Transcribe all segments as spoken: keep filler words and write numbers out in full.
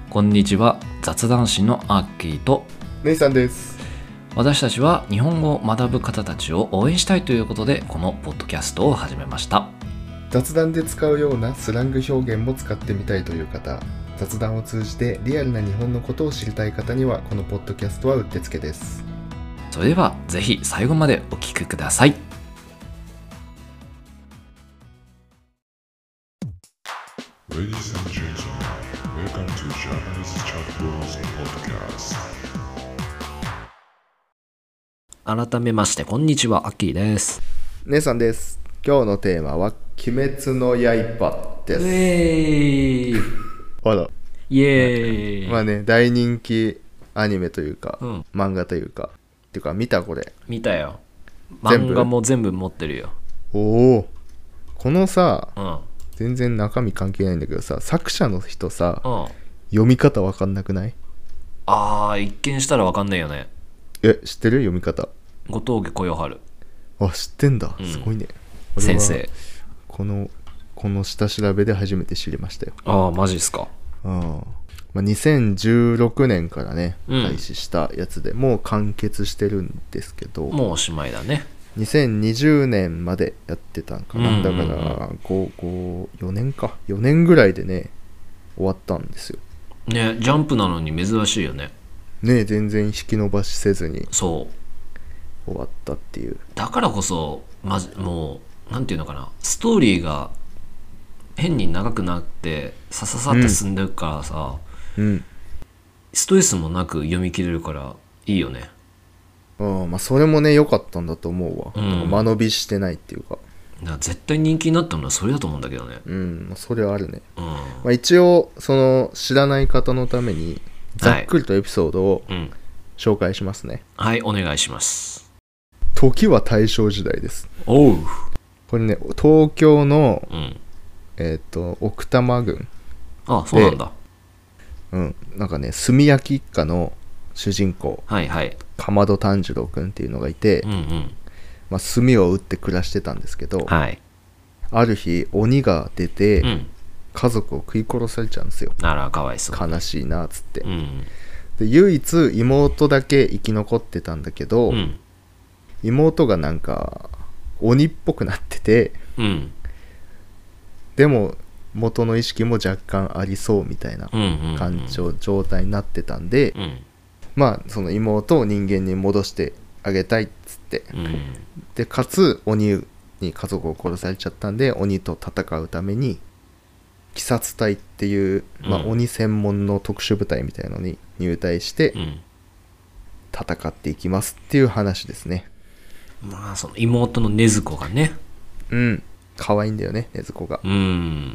こんにちは。雑談師のアッキーとネイさんです。 私たちは日本語を学ぶ方たちを応援したいということでこのポッドキャストを始めました。 雑談で使うようなスラング表現も使ってみたいという方、雑談を通じてリアルな日本のことを知りたい方にはこのポッドキャストはうってつけです。 それではぜひ最後までお聞きください。 Ladies and gentlemen, welcome to Japanese Chat Bros Podcast. 改めましてこんにちは、アッキーです。 ネイさんです。今日のテーマは鬼滅の刃です。 イエーイあら、 イエーイ、 まあね、大人気アニメというか、 うん、 漫画というかっていうか見たこれ見たよ。 全部漫画も全部持ってるよ。 おお、このさ、 うん全然中身関係ないんだけどさ、作者の人さ、 うん、 読み方わかんなくない？ あー、一見したらわかんないよね。 え、知ってる？読み方。 後藤小夜春。 あ、知ってんだ、 うん、 すごいね。 先生。 このこの下調べで初めて知りましたよ。 ああ、マジっすか。 あ、まあ、にせんじゅうろくねんからね、 うん、 開始したやつでもう完結してるんですけど、 もうおしまいだね。 にせんにじゅうねんまでやってたんかな、 うんうんうん、 だからご、ご、よねんかよねんぐらいでね終わったんですよね。ジャンプなのに珍しいよね。 ね、全然引き伸ばしせずにそう終わったっていう。 だからこそまじもうなんていうのかな、ストーリーが変に長くなってさささって進んでるからさ、 うん、うん、 ストレスもなく読み切れるからいいよね。 あ、まあそれもね良かったんだと思うわ、 うん、 間延びしてないっていうか、 だから絶対人気になったのはそれだと思うんだけどね。 うん、まあ、それはあるね、 うん、 まあ、一応その知らない方のためにざっくりとエピソードを紹介しますね。 はい、はい、お願いします。 時は大正時代です。 おう、 これね、東京の、 うん、 えっ、ー、と奥多摩郡。 あ、そうなんだ。 うん、なんかね、炭焼き一家の主人公、 はいはい、 かまど炭治郎くんっていうのがいて、 うんうん、 まあ、炭を打って暮らしてたんですけど、 はい、 ある日鬼が出て、 うん、 家族を食い殺されちゃうんですよ。 あら、かわいそう。 悲しいなっつって、 うん、 で唯一妹だけ生き残ってたんだけど、 うん、 妹がなんか鬼っぽくなってて、 うん、 でも元の意識も若干ありそうみたいな感情状態になってたんで、 うん、 まあその妹を人間に戻してあげたいっつって、 うん、 でかつ鬼に家族を殺されちゃったんで鬼と戦うために鬼殺隊っていう、まあ、鬼専門の特殊部隊みたいのに入隊して戦っていきますっていう話ですね。 まあその妹の禰豆子がね、 うん、可愛いんだよね、禰豆子が。 うん、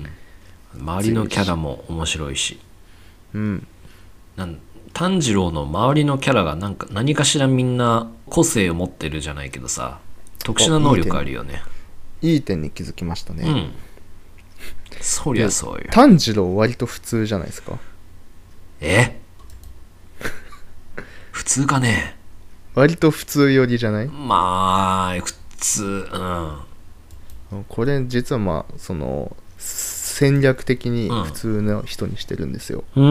周りのキャラも面白いし、 うん、 なん炭治郎の周りのキャラがなんか何かしらみんな個性を持ってるじゃないけどさ、特殊な能力あるよね。 いい点に気づきましたね。 うん、そりゃそうよ。 炭治郎割と普通じゃないですか。 え普通かね。 割と普通寄りじゃない？ まあ普通、 うん、これ実はまあその戦略的に普通の人にしてるんですよ。 うん、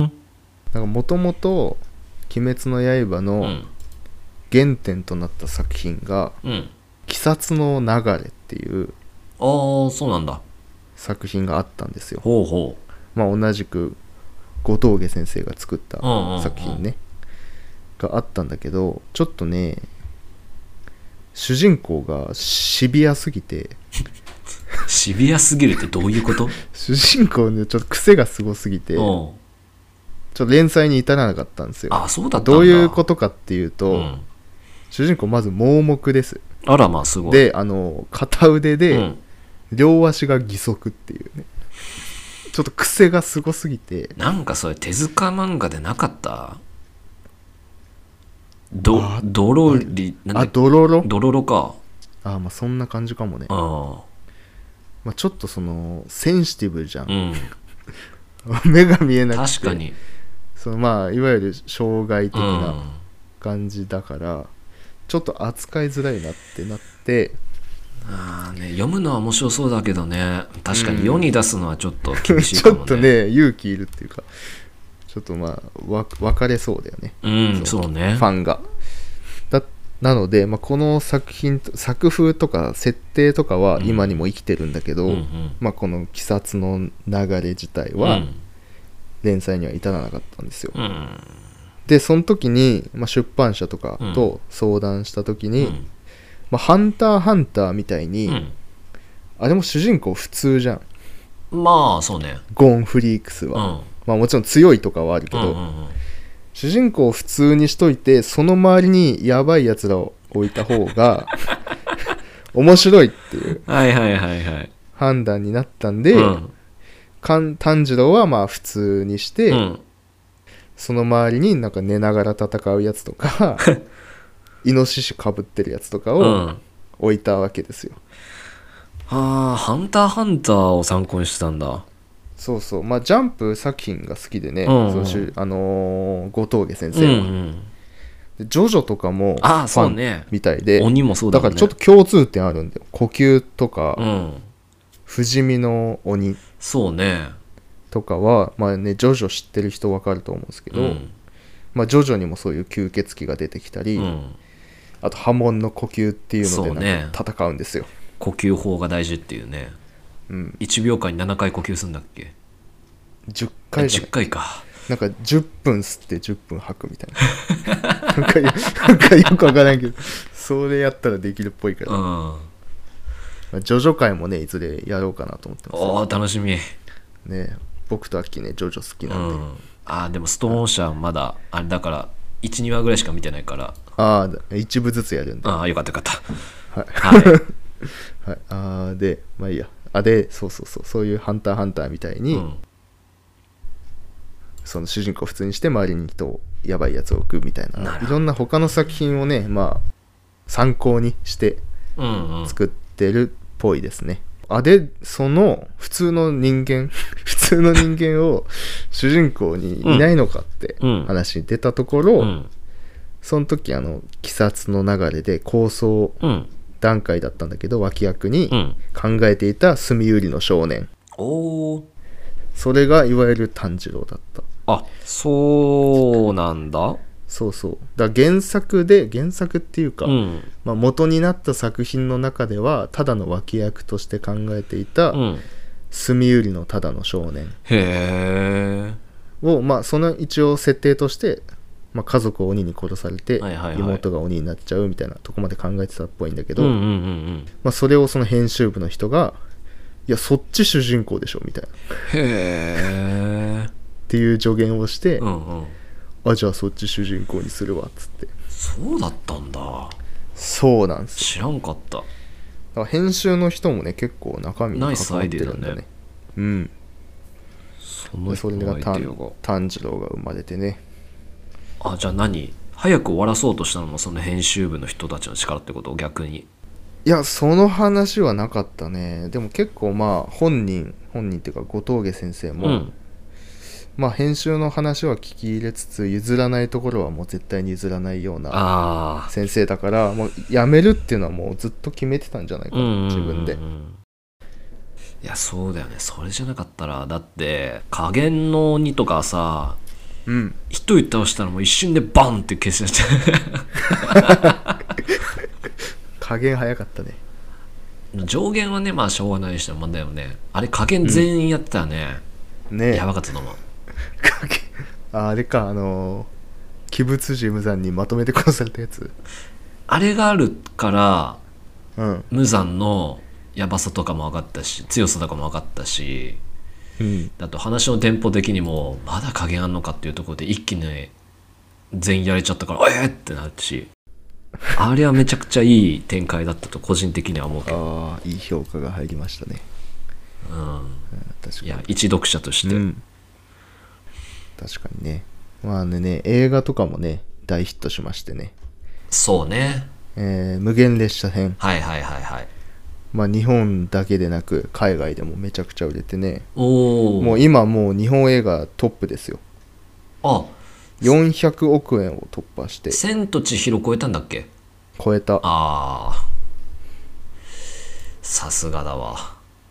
なんかもともと鬼滅の刃の原点となった作品が、 うん、 鬼殺の流れっていうああそうなんだ、 作品があったんですよ。 ほうほまあ同じく後藤家先生が作った作品ね、うんうんうん、があったんだけど、ちょっとね主人公がシビアすぎてシビアすぎるってどういうこと？ 主人公ねちょっと癖がすごすぎてちょっと連載に至らなかったんですよ。 あ、そうだったんだ。 どういうことかっていうと、うん、主人公まず盲目です。 あら、まあすごい。 で、あの片腕で両足が義足っていうね、うん、ちょっと癖がすごすぎて。 なんかそれ手塚漫画でなかった？どドロリなんだっけ？ あ、ドロロドロロか。 あ、まあそんな感じかもね。 あ、 まあ、ちょっとそのセンシティブじゃん、 うん、 目が見えなくて、 確かにそのまあいわゆる障害的な感じだから、うん、ちょっと扱いづらいなってなって、 あ、ね、読むのは面白そうだけどね、確かに世に出すのはちょっと厳しいかもね、 うん、ちょっとね勇気いるっていうか、 ちょっとまあわ分かれそうだよね、 うんそうねファンがだなので、まあ、この作品作風とか設定とかは今にも生きてるんだけど、 うんうんまあ、この鬼殺の流れ自体は連載には至らなかったんですよ、 うんうんでその時に、まあ、出版社とかと相談した時に、 うんまあ、ハンターハンターみたいに、 うんあれも主人公普通じゃん、 まあそうねゴンフリークスうんは、まあ、もちろん強いとかはあるけど、 うんうんうん主人公を普通にしといてその周りにやばいやつらを置いた方が面白いっていうはいはいはいはい判断になったんで、 うんかん炭治郎はまあ普通にして、 うんその周りになんか寝ながら戦うやつとかイノシシかぶってるやつとかをうん置いたわけですよ。 ああハンターハンターを参考にしてたんだそうそう、まあジャンプ作品が好きでね、 うんうんそうしゅあのー後峠先うんう生は、 んでジョジョとかもフああァンそうねみたいで、 鬼もそうだもんねだからちょっと共通点あるんだよ。呼吸とか、 うん不死身の鬼そうねとかはまあねジョジョ知ってる人わかると思うんですけど、 うんまあジョジョにもそういう吸血鬼が出てきたり、 うんあと波紋の呼吸っていうのでそうねなんか戦うんですよ。 呼吸法が大事っていうねうん、 いちびょうかんにななかい呼吸するんだっけじゅっかいじゃ 10 ない回かなんかじゅっぷん吸ってじゅっぷん吐くみたいななんかなんかよくわからんけどそれやったらできるっぽいから、 うんまあ、ジョジョ界もねいずれやろうかなと思ってますおー楽しみね。僕とアッキーねジョジョ好きうなんで、 んあーでもストーン社まだあれだからいちにわぐらいしか見てないからああ一部ずつやるんで、 ああよかったよかったはいはいはい、あーでまあいいやあでそうそうそうそういうハンターハンターみたいに、 うんその主人公を普通にして周りに人をやばいやつを置くみたいなるほどないろんな他の作品をねまあ参考にしてうんうん作ってるっぽいですね、あでその普通の人間普通の人間を主人公にいないのかってうん話に出たところ、 うんその時あの鬼殺の流れで構想うん段階だったんだけど脇役にうん考えていた住売の少年、 おおそれがいわゆる炭治郎だった。 あそうなんだそうそうだから原作で原作っていうか、 うんまあ、元になった作品の中ではただの脇役として考えていたうん住売のただの少年へえを、まあ、その一応設定として、まあ、家族を鬼に殺されて、 はいはいはい妹が鬼になっちゃうみたいなとこまで考えてたっぽいんだけど、 うんうんうんうんまあ、それをその編集部の人がいやそっち主人公でしょみたいなっへえていう助言をして、 うんうんあじゃあそっち主人公にするわっつって。 そうだったんだそうなんですよ。 知らんかっただから編集の人もね結構中身に関わってるんだね。 ナイスアイデアだねうんそのでそれがアイデアが炭炭治郎が生まれてね。 あじゃあ何早く終わらそうとしたのもその編集部の人たちの力ってこと逆にいやその話はなかったね。でも結構まあ本人本人っていうか後峠先生も、 うんまあ編集の話は聞き入れつつ譲らないところはもう絶対に譲らないようなああ先生だからもう辞めるっていうのはもうずっと決めてたんじゃないかな自分で。 いやそうだよねそれじゃなかったらだって加減の鬼とかさうん一人倒したらもう一瞬でバンって消しちゃ加減早かったね。 う上限はねまあしょうがないにしてもまあだよねあれ加減全員やってたらね、 ねえやばかったと思う加減ああれかあのー、鬼物寺無惨にまとめて殺されたやつ。 あれがあるからうん無惨のやばさとかも分かったし強さとかも分かったしうんあと話のテンポ的にもまだ加減あんのかっていうところで一気に全員やれちゃったからえーってなるしあれはめちゃくちゃいい展開だったと個人的には思うけど、 ああいい評価が入りましたね。 うん、 うん確かにいや一読者として、 うん、確かにね。まあねね映画とかもね大ヒットしましてね、 そうねえー無限列車編、 はいはいはいはいまあ、日本だけでなく海外でもめちゃくちゃ売れてね、 おおもう今もう日本映画トップですよ。 あよんひゃくおくえんを突破して千と千尋超えたんだっけ超えた。 ああさすがだわ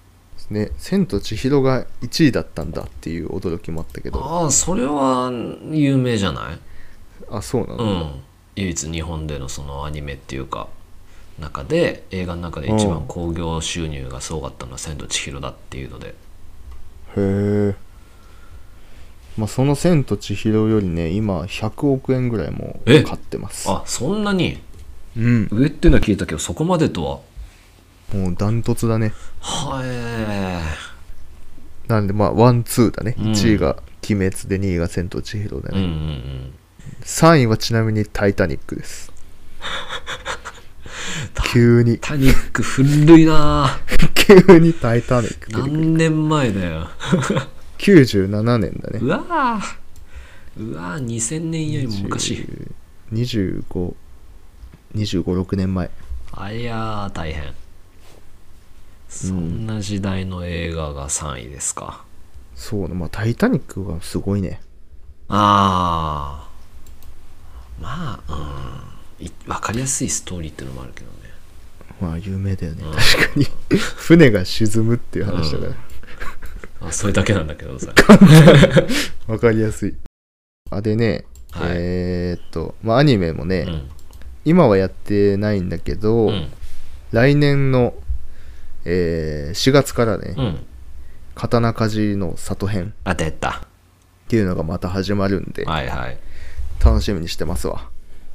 ね、千と千尋がいちいだったんだっていう驚きもあったけど。 ああ、それは有名じゃない？ あ、そうなの、 うん唯一日本でのそのアニメっていうか中で映画の中で一番興行収入がすごかったのは千と千尋だっていうので。 へえ。まあその千と千尋よりね今ひゃくおくえんぐらいも買ってます。 あ、そんなに？ うん。 上っていうのは聞いたけどそこまでとは。 もうダントツだね。 はえー。なんでまあワンツーだね、 うん、 いちいが鬼滅でにいが千と千尋だね、 うんうんうん、 さんいはちなみにタイタニックです急にタイタニック古いな急にタイタニック何年前だよきゅうじゅうななねんだね。 うわーうわーにせんねんよりも昔。 にじゅうご、にじゅうご、ろくねんまえ。 あいやー大変。そんな時代の映画がさんいですか。 うん、そうね、まあタイタニックはすごいね。 ああまあうん分かりやすいストーリーっていうのもあるけどね。 まあ有名だよね、うん、確かに船が沈むっていう話だから、 うん、あそれだけなんだけどさ分かりやすい。あでね、はい、えー、っとまあアニメもね、うん、今はやってないんだけど、うん、来年の、えー、しがつからね、うん、刀鍛冶の里編あ出たっていうのがまた始まるんで、 はいはい、 楽しみにしてますわ。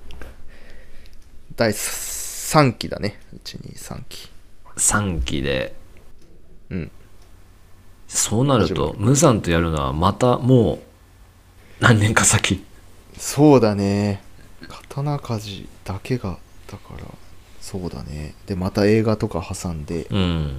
だいさんきだね。いちにさんきさんきで、 うん、 そうなると無惨とやるのはまたもう何年か先。 そうだね、刀鍛冶だけがだからそうだね。でまた映画とか挟んで、うん、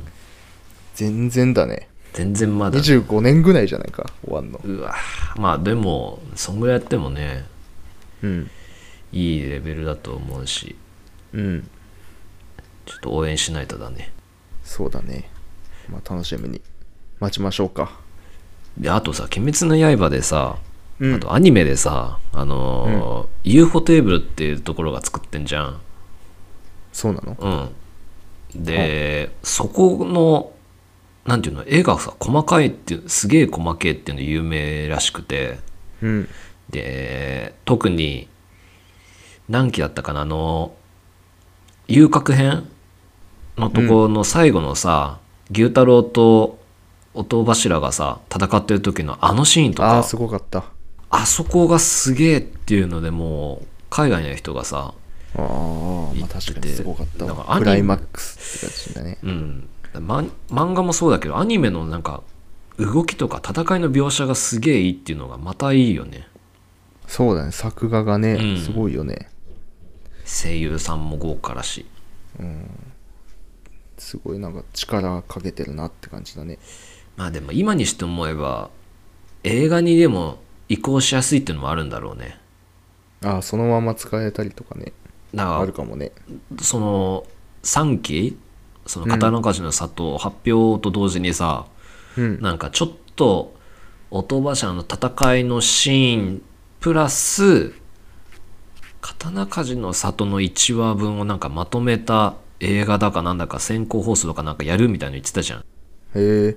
全然だね。 全然まだ、ね、 にじゅうごねんぐらいじゃないか終わんの。 うわまあでもそんぐらいやってもね、うん、いいレベルだと思うし、うん、ちょっと応援しないとだね。 そうだね、まあ楽しみに待ちましょうか。 であとさ鬼滅の刃でさ、うん、あとアニメでさあのーうん、ユーフォ テーブルっていうところが作ってんじゃん。 そうなの？ うんでそこのなんていうの絵がさ細かいっていうすげえ細けいっていうの有名らしくて、うん、で特に何期だったかなあの遊郭編のところの最後のさ、うん、牛太郎と音柱がさ戦ってる時のあのシーンとかあすごかった。 あそこがすげえっていうのでもう海外の人がさああまあ確かにすごかったわ。クライマックスって感じだね。 うんま、漫画もそうだけどアニメのなんか動きとか戦いの描写がすげえいいっていうのがまたいいよね。 そうだね作画がね、うん、すごいよね。 声優さんも豪華だし、うん、 すごいなんか力かけてるなって感じだね。 まあでも今にして思えば映画にでも移行しやすいっていうのもあるんだろうね。 ああそのまま使えたりとかねだからあるかもね。 そのさんきその刀鍛冶の里発表と同時にさ、うん、なんかちょっと音柱の戦いのシーンプラス刀鍛冶の里のいちわぶんをなんかまとめた映画だかなんだか先行放送とかなんかやるみたいなの言ってたじゃん。へえ。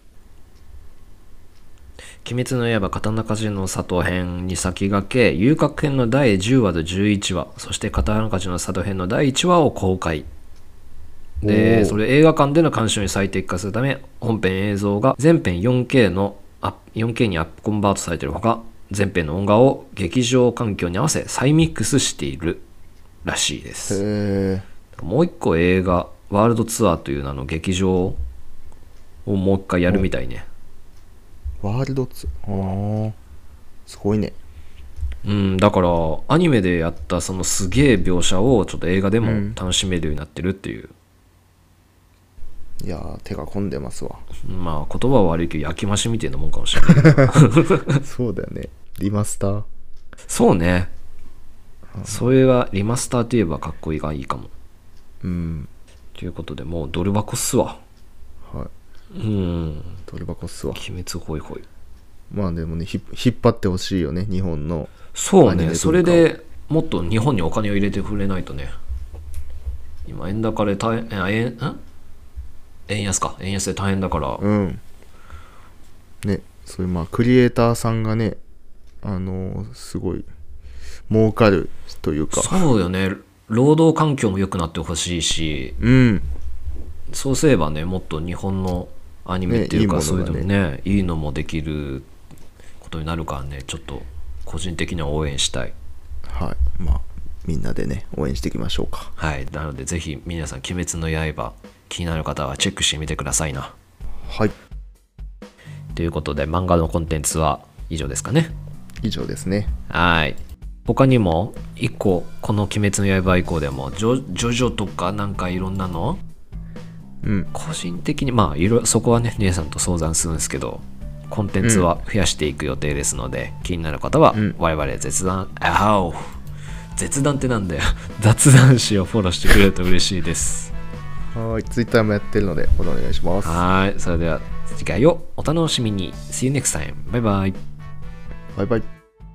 鬼滅の刃刀鍛冶の里編に先駆け遊郭編のだいじゅうわとじゅういちわそして刀鍛冶の里編のだいいちわを公開でそれ映画館での鑑賞に最適化するため本編映像が全編 よんケー の よんケー にアップコンバートされているほか全編の音画を劇場環境に合わせ再ミックスしているらしいです。へー。もう一個映画ワールドツアーという名の劇場をもう一回やるみたいね。 ワールドツアー、あすごいね。 うんだからアニメでやったそのすげえ描写をちょっと映画でも楽しめるようになってるっていう、 うん、いやー手が込んでますわ。 まあ言葉は悪いけど焼き増しみたいなもんかもしれないそうだよねリマスター。 そうね、うん、それはリマスターといえばかっこいいがいいかも。うんということでもうドル箱っすわ。はい。うんドル箱っすわ。 鬼滅ホイホイ。 まあでもねひ引っ張ってほしいよね日本の。 そうねそれでもっと日本にお金を入れてくれないとね。今円高で大変えん円安か、円安で大変だから、 うんね、そういうまあクリエイターさんがね、あのーすごい儲かるというか、 そうよね、労働環境も良くなってほしいし、 うんそうすればね、もっと日本のアニメっていうか、 ねいいそういうものがねのもね、いいのもできることになるからね、ちょっと個人的には応援したい。 はい、まあみんなでね応援していきましょうか。 はい、なのでぜひ皆さん、鬼滅の刃気になる方はチェックしてみてくださいな。 はい、 ということで、漫画のコンテンツは以上ですかね。 以上ですね。 はい。他にも一個、この鬼滅の刃以降でもジョジョジョとかなんかいろんなのうん個人的にまあいろそこはね姉さんと相談するんですけど、コンテンツは増やしていく予定ですので、気になる方はうん我々絶談、あお絶談ってなんだよ雑談誌をフォローしてくれると嬉しいです。 はい、ツイッターもやってるのでフォローお願いします。 はい、それでは次回をお楽しみに。 See you next time. バイバイ。 バイバイ。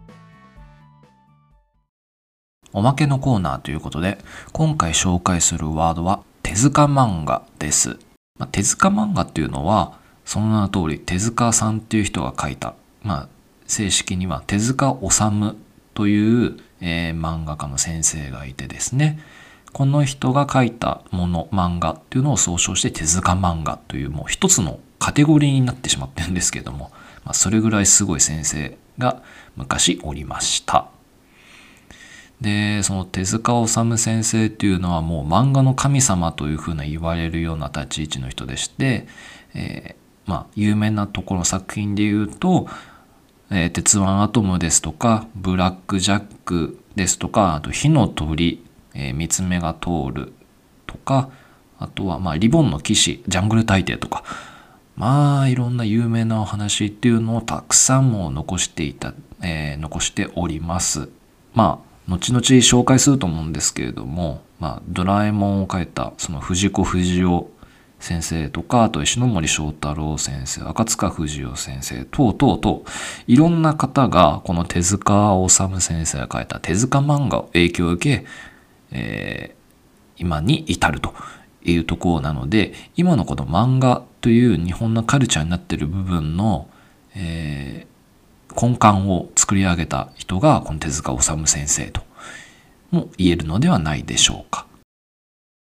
おまけのコーナーということで、今回紹介するワードは手塚漫画です。まあ、手塚漫画っていうのはその名の通り手塚さんっていう人が書いた、まあ、正式には手塚治虫という、えー漫画家の先生がいてですね、この人が書いたもの、漫画っていうのを総称して手塚漫画というもう一つのカテゴリーになってしまってるんですけれども、まあ、それぐらいすごい先生が昔おりました。で、その手塚治虫先生っていうのはもう漫画の神様というふうな言われるような立ち位置の人でして、えー、まあ有名なところの作品で言うと、えー、鉄腕アトムですとか、ブラックジャックですとか、あと火の鳥、えー、三つ目が通るとか、あとはまあリボンの騎士、ジャングル大帝とか、まあいろんな有名なお話っていうのをたくさんも残していた、えー、残しております。まあ後々紹介すると思うんですけれども、まあ、ドラえもんを描いたその藤子不二雄先生とか、あと石ノ森章太郎先生、赤塚不二夫先生等々といろんな方がこの手塚治虫先生が描いた手塚漫画を影響を受け、えー、今に至るというところなので、今のこの漫画という日本のカルチャーになっている部分の、えー根幹を作り上げた人がこの手塚治虫先生とも言えるのではないでしょうか。